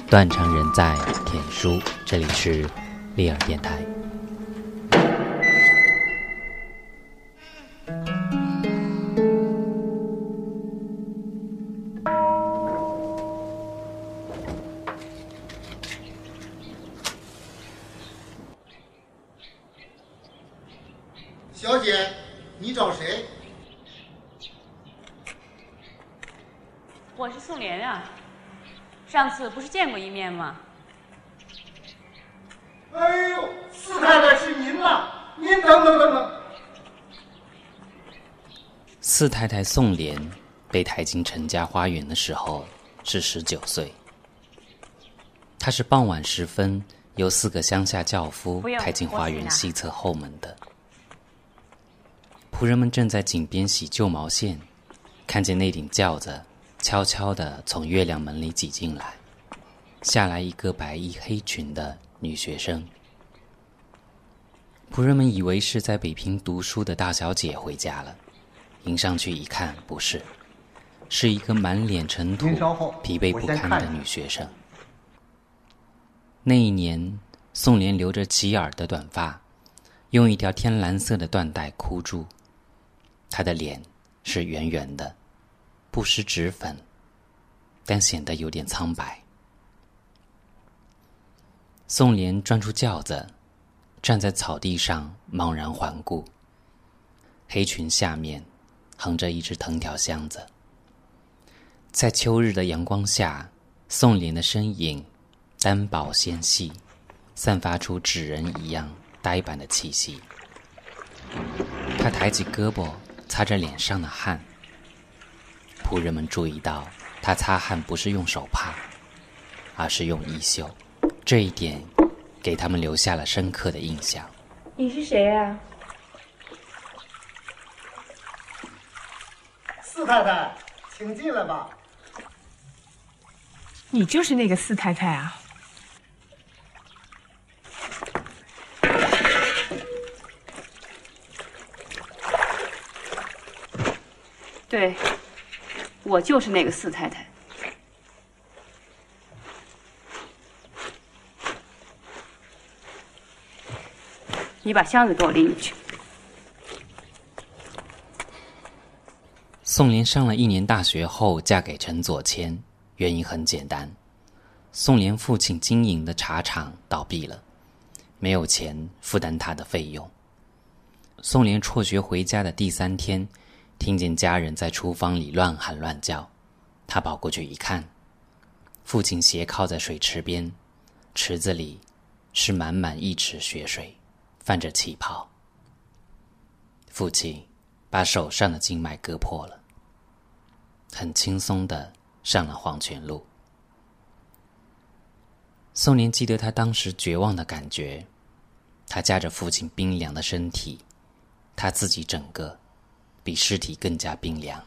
断肠人在田书，这里是利尔电台。 小姐，你找谁？ 我是宋莲啊，上次不是见过一面吗？ 哎呦，四太太是您呐！您等。 四太太宋莲被抬进陈家花园的时候是19岁。她是傍晚时分由4个乡下轿夫抬进花园西侧后门的。仆人们正在井边洗旧毛线，看见那顶轿子悄悄地从月亮门里挤进来，下来一个白衣黑裙的女学生。仆人们以为是在北平读书的大小姐回家了，迎上去一看，不是，是一个满脸尘土、疲惫不堪的女学生。那一年，宋莲留着齐耳的短发，用一条天蓝色的缎带箍住，她的脸是圆圆的，不施脂粉，但显得有点苍白。宋莲钻出轿子，站在草地上茫然环顾，黑裙下面横着一只藤条箱子。在秋日的阳光下，宋莲的身影单薄纤细，散发出纸人一样呆板的气息。她抬起胳膊擦着脸上的汗，仆人们注意到她擦汗不是用手帕，而是用衣袖，这一点给他们留下了深刻的印象。 你是谁啊？ 四太太，请进来吧。 你就是那个四太太啊？ 对，我就是那个四太太。你把箱子给我拎进去。 宋莲上了1年大学后嫁给陈佐谦，原因很简单，宋莲父亲经营的茶厂倒闭了，没有钱负担他的费用。宋莲辍学回家的第3天，听见家人在厨房里乱喊乱叫，他跑过去一看，父亲斜靠在水池边，池子里是满满1池血水，泛着气泡。父亲把手上的静脉割破了，很轻松地上了黄泉路。宋莲记得他当时绝望的感觉，他夹着父亲冰凉的身体，他自己整个比尸体更加冰凉。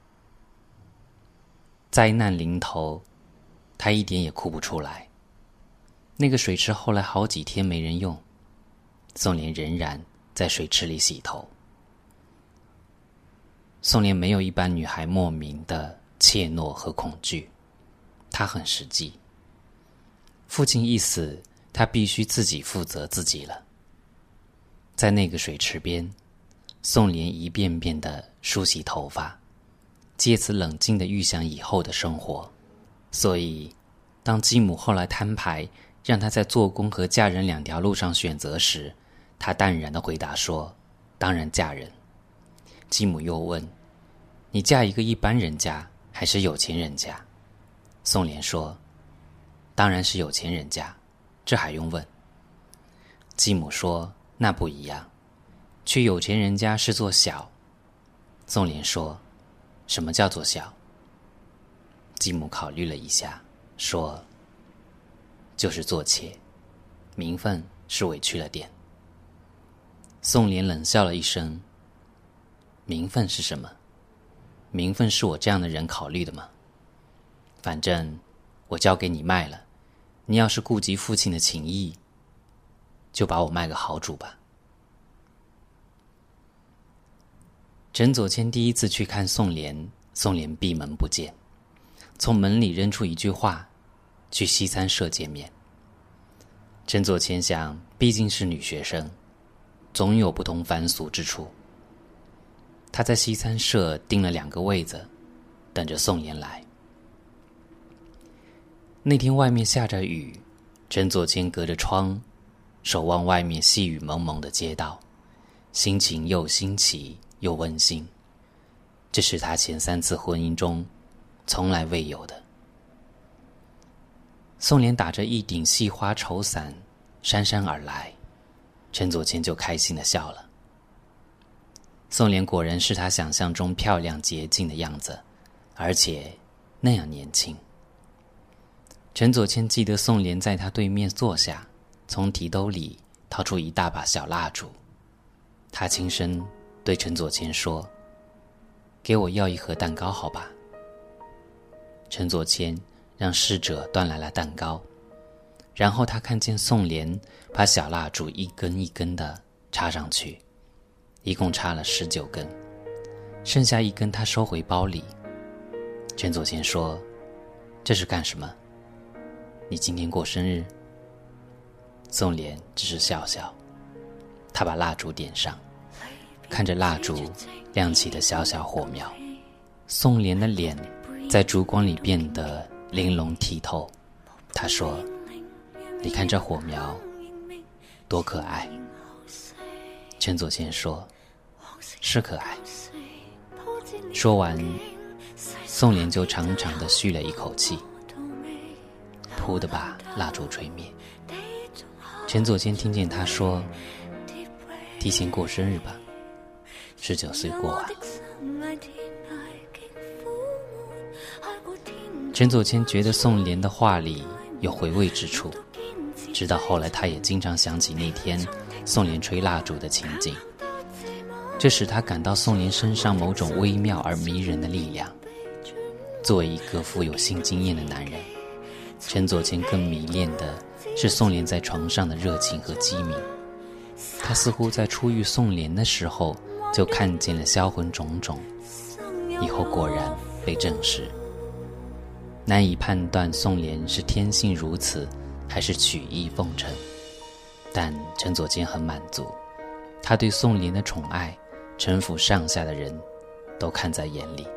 灾难临头，他一点也哭不出来。那个水池后来好几天没人用，宋莲仍然在水池里洗头。宋莲没有一般女孩莫名的怯懦和恐惧，她很实际。父亲一死，她必须自己负责自己了。在那个水池边，宋莲一遍遍地梳洗头发，借此冷静地预想以后的生活。所以当继母后来摊牌让她在做工和嫁人2条路上选择时，她淡然地回答说，当然嫁人。继母又问，你嫁一个一般人家还是有钱人家？宋莲说，当然是有钱人家，这还用问？继母说，那不一样，去有钱人家是做小。宋莲说，什么叫做小？继母考虑了一下，说，就是做妾，名分是委屈了点。宋莲冷笑了一声，名分是什么？名分是我这样的人考虑的吗？反正我交给你卖了，你要是顾及父亲的情谊，就把我卖个好主吧。陈佐谦第一次去看宋莲，宋莲闭门不见，从门里扔出一句话， 去西餐社见面。陈佐谦想，毕竟是女学生，总有不同凡俗之处。他在西餐社订了2个位子，等着宋妍来。那天外面下着雨，陈佐谦隔着窗守望外面细雨蒙蒙的街道，心情又新奇又温馨。这是他前3次婚姻中从来未有的。宋莲打着一顶细花绸伞姗姗而来，陈佐谦就开心地笑了。宋莲果然是他想象中漂亮洁净的样子，而且那样年轻。陈佐谦记得宋莲在他对面坐下，从提兜里掏出一大把小蜡烛。他轻声对陈佐谦说：“给我要1盒蛋糕好吧？”陈佐谦让侍者端来了蛋糕，然后他看见宋莲把小蜡烛一根一根地插上去，一共插了19根，剩下1根他收回包里。陈佐谦说：“这是干什么？你今天过生日？”宋莲只是笑笑，他把蜡烛点上，看着蜡烛亮起的小小火苗，宋莲的脸在烛光里变得玲珑剔透。他说：“你看这火苗多可爱。”陈佐谦说：“是可爱。”说完，宋莲就长长的吁了一口气，噗地把蜡烛吹灭。陈佐谦听见他说：“提前过生日吧，19岁过完。”陈佐谦觉得宋莲的话里有回味之处，直到后来他也经常想起那天宋莲吹蜡烛的情景，这使他感到宋莲身上某种微妙而迷人的力量。作为一个富有性经验的男人，陈佐谦更迷恋的是宋莲在床上的热情和机敏。他似乎在初遇宋莲的时候就看见了销魂种种，以后果然被证实。难以判断宋莲是天性如此，还是曲意奉承，但陈佐谦很满足，他对宋莲的宠爱，城府上下的人都看在眼里。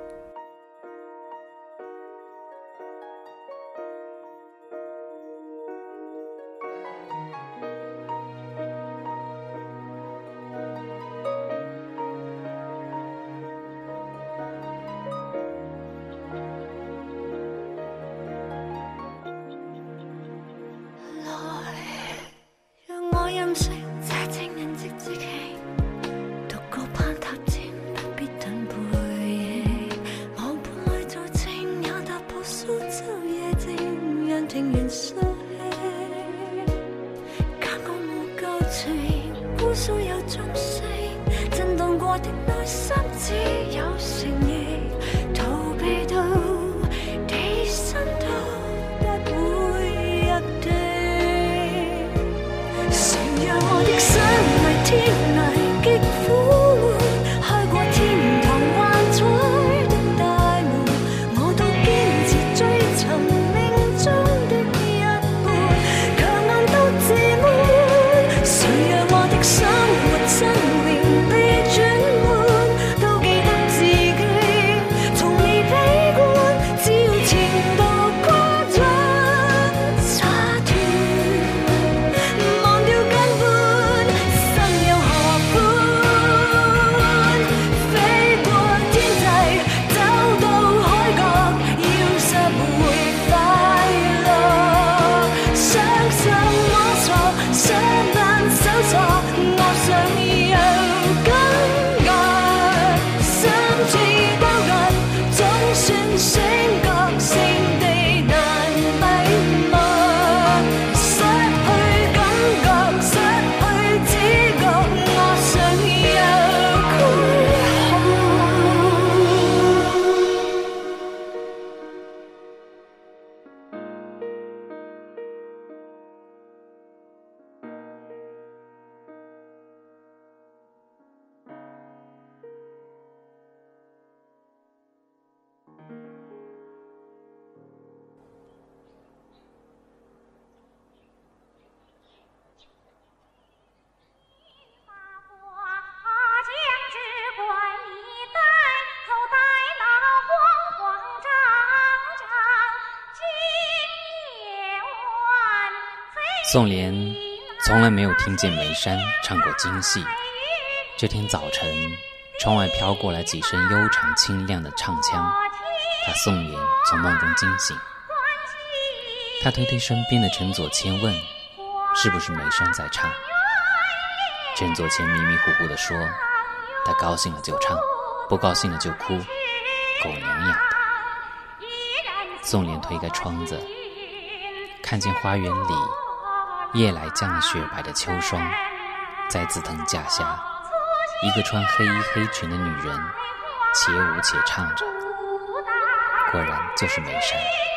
宋濂从来没有听见梅山唱过京戏。这天早晨，窗外飘过来几声悠长清亮的唱腔，把宋濂从梦中惊醒。他推推身边的陈佐谦问：是不是梅山在唱？陈佐谦迷迷糊糊地说：他高兴了就唱，不高兴了就哭，狗娘养的。宋濂推开窗子，看见花园里夜来降雪白的秋霜，在紫藤架下，一个穿黑衣黑裙的女人且舞且唱着，果然就是梅山。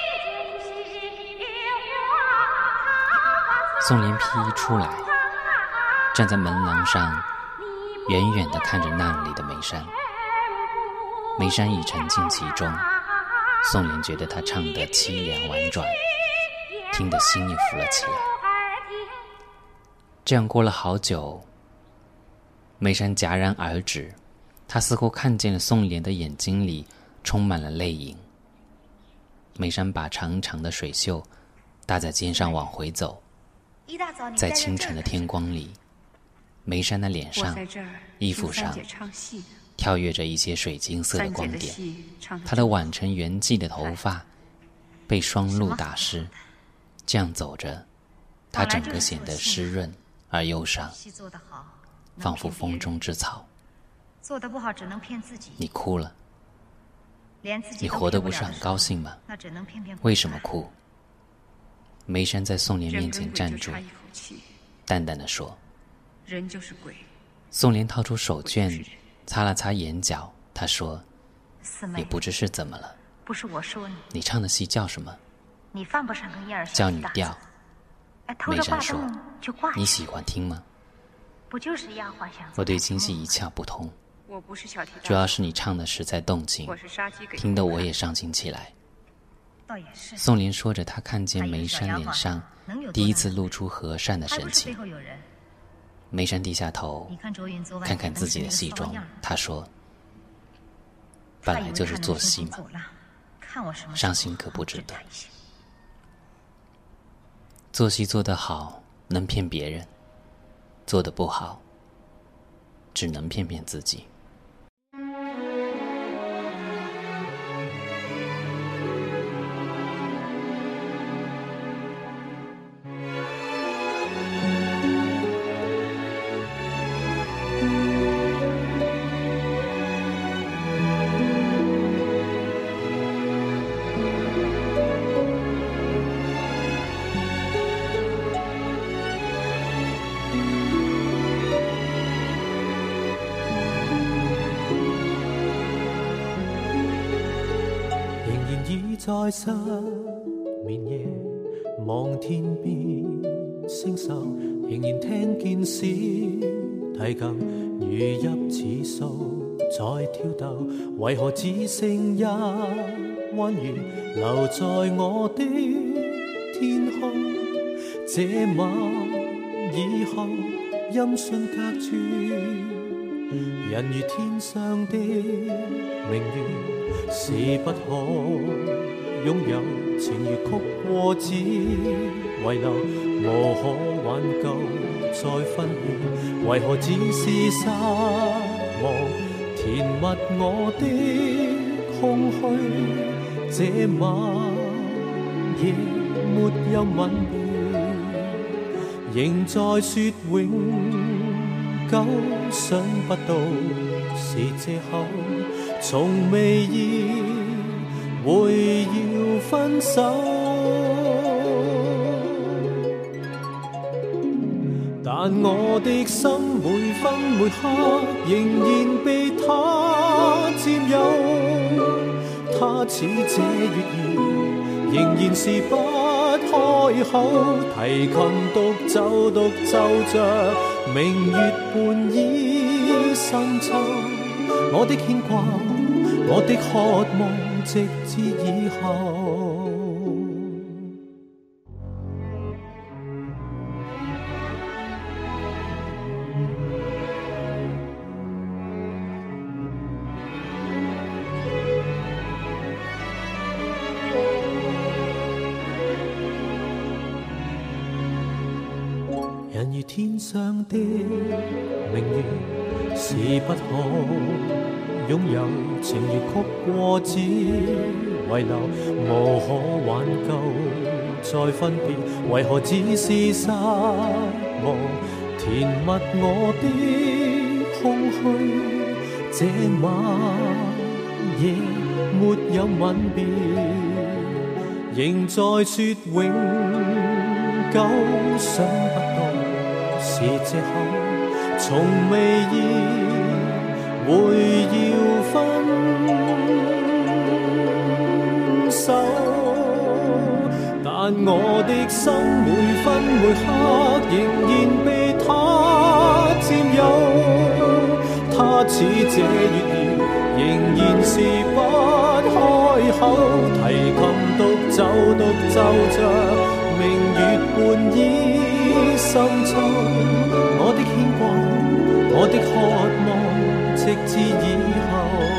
宋濂披衣出来，站在门廊上，远远地看着那里的梅山。梅山已沉浸其中，宋濂觉得他唱得凄凉婉转，听得心也浮了起来。这样过了好久，梅山戛然而止，他似乎看见了宋濂的眼睛里充满了泪影。梅山把长长的水袖搭在肩上往回走，在清晨的天光里，梅山的脸上、衣服上跳跃着一些水晶色的光点，她的挽成圆髻的头发被霜露打湿，这样走着，她整个显得湿润而忧伤，仿佛风中之草。 做得不好只能骗自己。 你哭了， 连自己你活得不是很高兴吗？ 那只能骗骗。 为什么哭？梅山在宋濂面前站住，淡淡地说： 人就是鬼。 宋濂掏出手绢擦了擦眼角，他说： 四妹， 也不知是怎么了， 不是我说你， 你唱的戏叫什么？ 你犯不上跟燕儿叫女调。梅山说：你喜欢听吗？ 不就是丫鬟想？ 我对京戏一窍不通， 我不是小题大做， 主要是你唱的实在动情， 我是杀鸡给听得我也上心起来。 倒也是。 宋濂说着，他看见梅山脸上第一次露出和善的神情。梅山低下头，看看自己的戏装，他说：本来就是做戏嘛，伤心可不值得。做戏做得好，能骗别人；做得不好，只能骗骗自己。 在失眠夜望天邊星宿，仍然聽見小提琴如泣似訴在跳逗，為何只剩一彎月留在我的天空？這晚以後音訊隔絕，人如天上的明月，是不可擁有，情如曲過只遺留，無可挽救再分別，為何只是失望填密我的空虛？這晚夜沒有吻別，仍在說永久，想不到是藉口，從未意會要分手，但我的心每分每刻仍然被他佔有，他似這月兒仍然是不開口，提琴獨奏着明月半倚深秋，我的牽掛，我的渴望，直至以後。 天上的明月是不可擁有，情如曲過只遺留，無可挽救再分別，為何只是失望？填密我的空虛，這晚夜沒有吻別，仍在說永久，想不到是藉口，從未意會要分手，但我的心每分每刻仍然被他佔有，他似這月兒仍然是不開口，提琴獨奏着明月半倚深秋，我的牽掛，我的渴望，直至以後。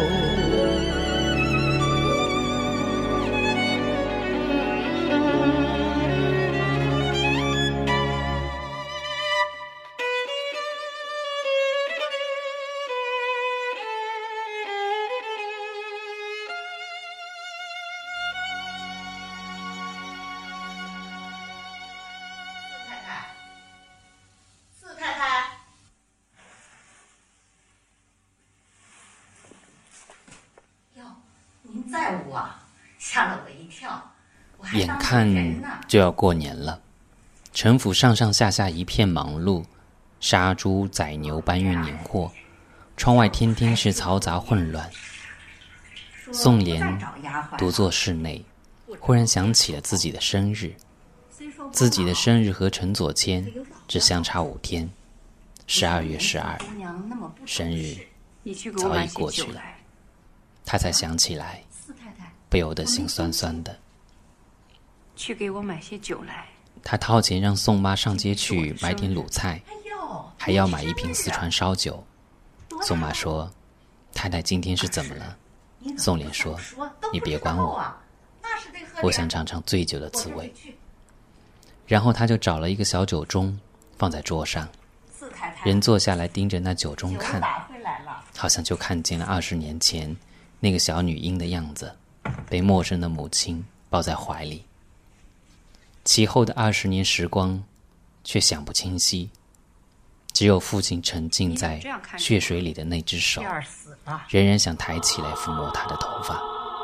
在屋啊，吓了我一跳。 眼看就要过年了，城府上上下下一片忙碌，杀猪宰牛搬运年货，窗外天天是嘈杂混乱。宋濂独坐室内，忽然想起了自己的生日。自己的生日和陈佐谦只相差5天，12月12，生日早已过去了。他才想起来，不由得心酸酸的。 去给我买些酒来。 他掏钱让宋妈上街去买点卤菜，还要买1瓶四川烧酒。宋妈说：“太太今天是怎么了？”宋濂说：“你别管我，我想尝尝醉酒的滋味。”然后他就找了一个小酒盅放在桌上，人坐下来盯着那酒盅看，好像就看见了20年前那个小女婴的样子，被陌生的母亲抱在怀里。其后的20年时光却想不清晰，只有父亲沉浸在血水里的那只手仍然想抬起来抚摸他的头发。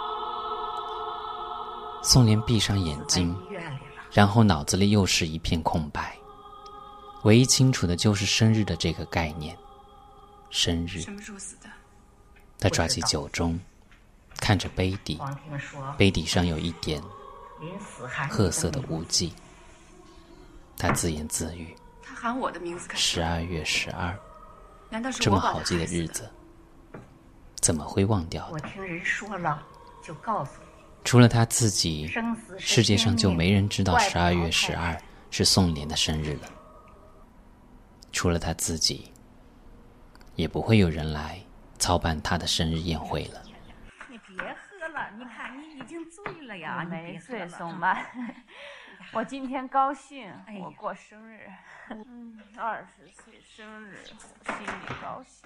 宋濂闭上眼睛，然后脑子里又是一片空白，唯一清楚的就是生日的这个概念。生日。 什么时候死的？ 他抓起酒盅，看着杯底，杯底上有一点褐色的污迹。他自言自语：“ 他喊我的名字干什么？ 12月12， 难道是这我把他么好记的日子，怎么会忘掉我呢？ 听人说了，就告诉你， 除了他自己， 生死是世界上就没人知道天命 12月12是宋濂的生日了。除了他自己，也不会有人来操办他的生日宴会了。 你别喝了，你看你已经醉了呀！ 没醉， 你别喝了宋妈。我今天高兴， 哎呀我过生日，20岁生日，心里高兴。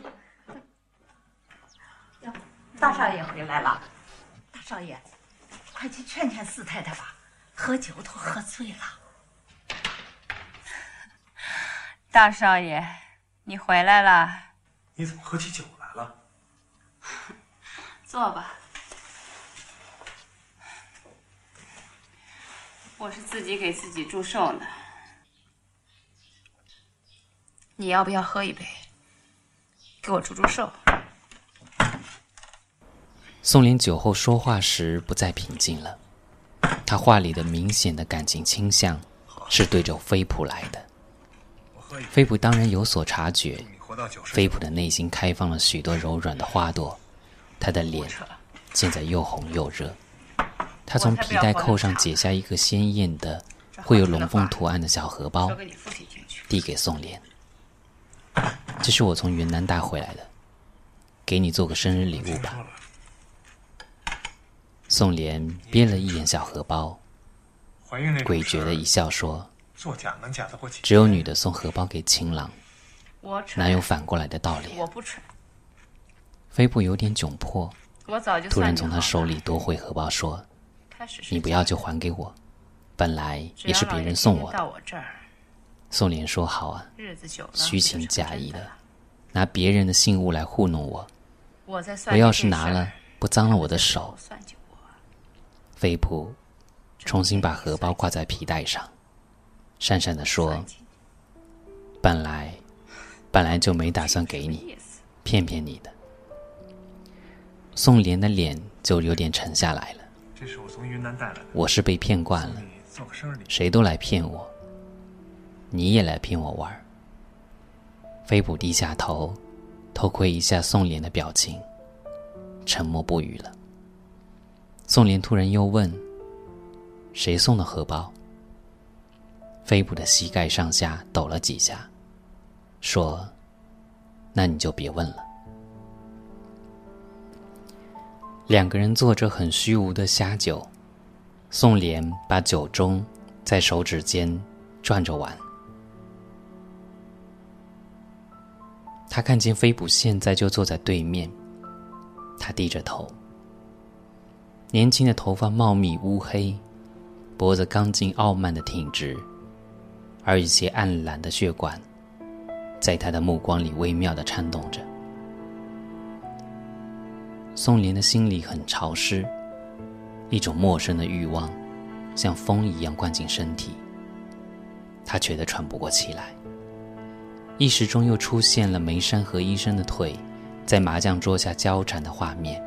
哟，大少爷回来了，大少爷，快去劝劝四太太吧，喝酒都喝醉了。 大少爷，你回来了， 你怎么喝起酒来了？ 坐吧。我是自己给自己祝寿呢。你要不要喝一杯？给我祝祝寿。 宋濂酒后说话时不再平静了，他话里的明显的感情倾向是对着飞普来的。飞普当然有所察觉，飞普的内心开放了许多柔软的花朵，他的脸现在又红又热。他从皮带扣上解下一个鲜艳的会有龙凤图案的小荷包，递给宋濂。这是我从云南带回来的，给你做个生日礼物吧。宋濂瞥了一眼小荷包，诡谲的一笑说：“ 作假能假得过钱？ 只有女的送荷包给情郎， 我蠢， 哪有反过来的道理？ 我不蠢。 飞步有点窘迫， 我早就突然从他算计好了手里夺回荷包，说开始睡你不要就还给我，本来也是别人送我到的。 我这儿， 宋濂说好啊， 日子久了虚情假意的就成真了。 拿别人的信物来糊弄我， 我在算我要是计这事儿拿了不脏了我的手。 算计我， 飞步重新把荷包挂在皮带上，讪讪地说算计本来就没打算给什么你， 意思？ 骗骗你的。宋濂的脸就有点沉下来了， 这是我从云南带来的， 我是被骗惯了， 送你做个生日礼。 谁都来骗我，你也来骗我玩。飞步低下头，偷窥一下宋濂的表情，沉默不语了。宋濂突然又问：谁送的荷包？飞步的膝盖上下抖了几下，说：那你就别问了。两个人做着很虚无的瞎酒，宋濂把酒盅在手指间转着玩。他看见飞捕现在就坐在对面，他低着头，年轻的头发茂密乌黑，脖子刚劲傲慢地挺直，而一些暗蓝的血管在他的目光里微妙地颤动着。宋濂的心里很潮湿，一种陌生的欲望像风一样灌进身体，他觉得喘不过气来。一时中又出现了梅山和医生的腿在麻将桌下交缠的画面。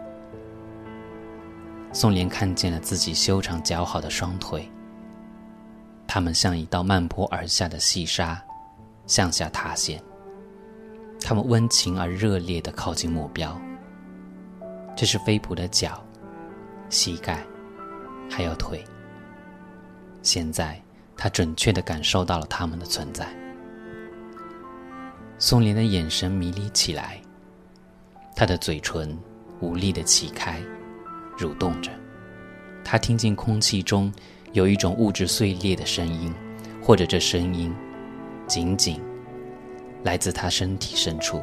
宋濂看见了自己修长姣好的双腿，它们像一道漫坡而下的细沙，向下塌陷，它们温情而热烈地靠近目标。这是飞捕的脚、膝盖还有腿，现在他准确地感受到了它们的存在。宋濂的眼神迷离起来，他的嘴唇无力地起开蠕动着，他听见空气中有一种物质碎裂的声音，或者这声音仅仅来自他身体深处。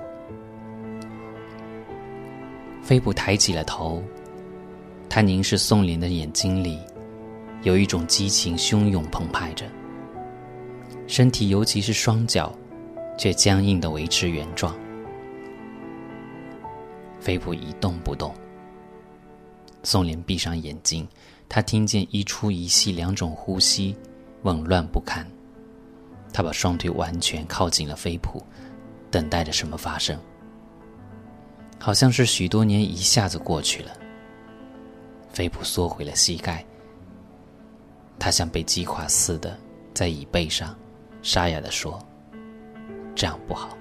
飞捕抬起了头，他凝视宋濂的眼睛里有一种激情汹涌澎湃着，身体尤其是双脚却僵硬地维持原状。飞捕一动不动，宋濂闭上眼睛，他听见一出一细两种呼吸紊乱不堪。他把双腿完全靠近了飞捕，等待着什么发生。好像是许多年一下子过去了，飞捕缩回了膝盖，他像被击垮似的在椅背上沙哑地说：这样不好。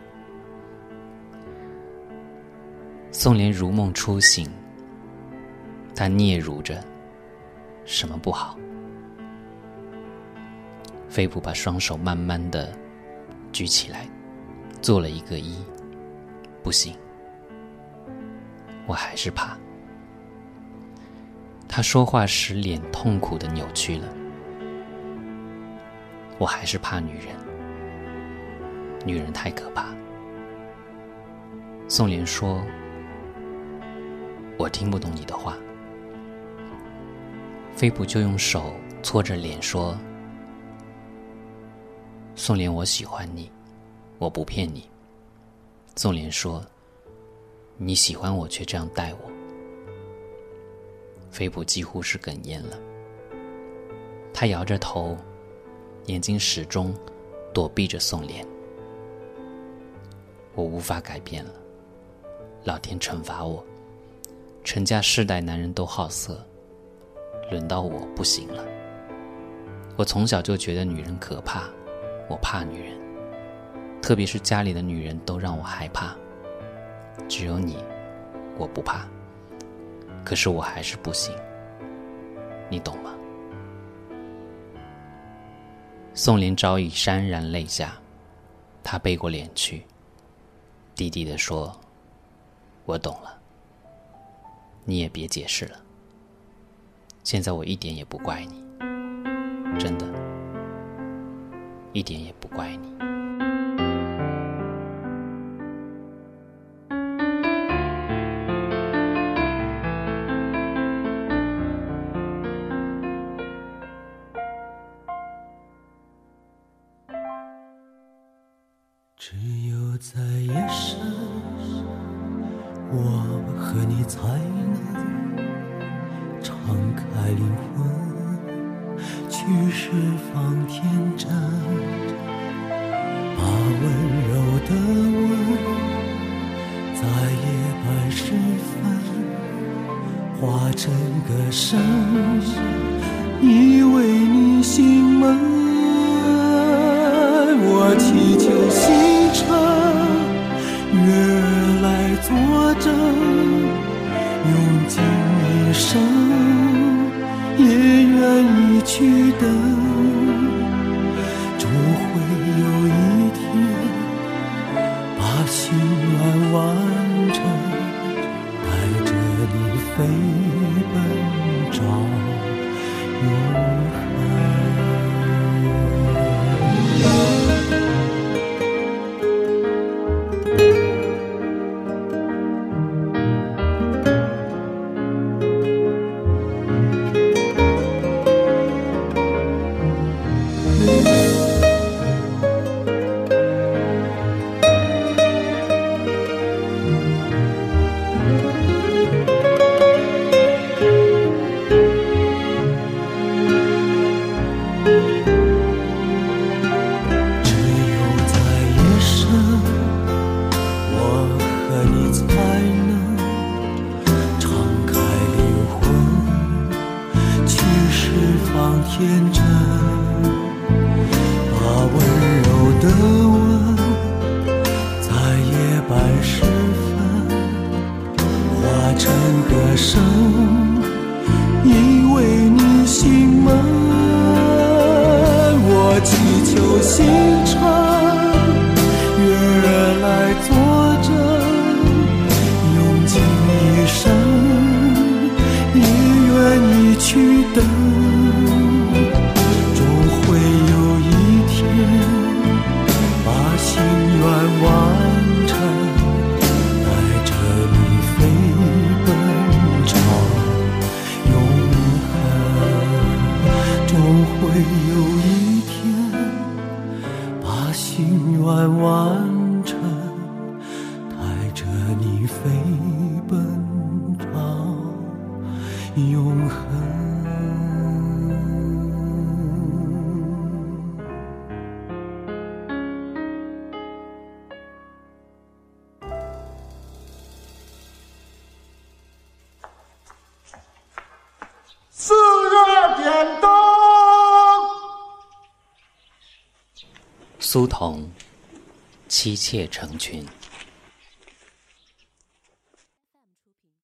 宋濂如梦初醒，他嗫嚅着：什么不好？飞捕把双手慢慢地举起来，做了一个揖。不行，我还是怕。他说话时脸痛苦地扭曲了。我还是怕女人，女人太可怕。宋濂说：我听不懂你的话。飞捕就用手搓着脸说：宋濂，我喜欢你，我不骗你。宋濂说：你喜欢我却这样待我。飞捕几乎是哽咽了，他摇着头，眼睛始终躲避着宋濂。我无法改变了，老天惩罚我，陈家世代男人都好色，轮到我不行了。我从小就觉得女人可怕，我怕女人，特别是家里的女人都让我害怕，只有你我不怕，可是我还是不行，你懂吗？宋濂早已潸然泪下，他背过脸去，低低地说：我懂了，你也别解释了，现在我一点也不怪你，真的。 一点也不怪你。 只有在夜深，我和你才能敞开灵魂，去释放天真，把温柔的吻，在夜半时分化成歌声，依偎你心门。我祈求星辰月儿来作证，用尽一生也愿意去等，终会有一天把心愿完成，带着你飞奔找永恒。天真，把温柔的吻，在夜半时分化成歌声，依偎你心门。我祈求星辰月儿来作证，用尽一生也愿意去等，完成，带着你飞奔朝永恒，终会有一天把心愿完成，带着你飞奔朝永恒。 4月点灯。 苏童妻妾成群。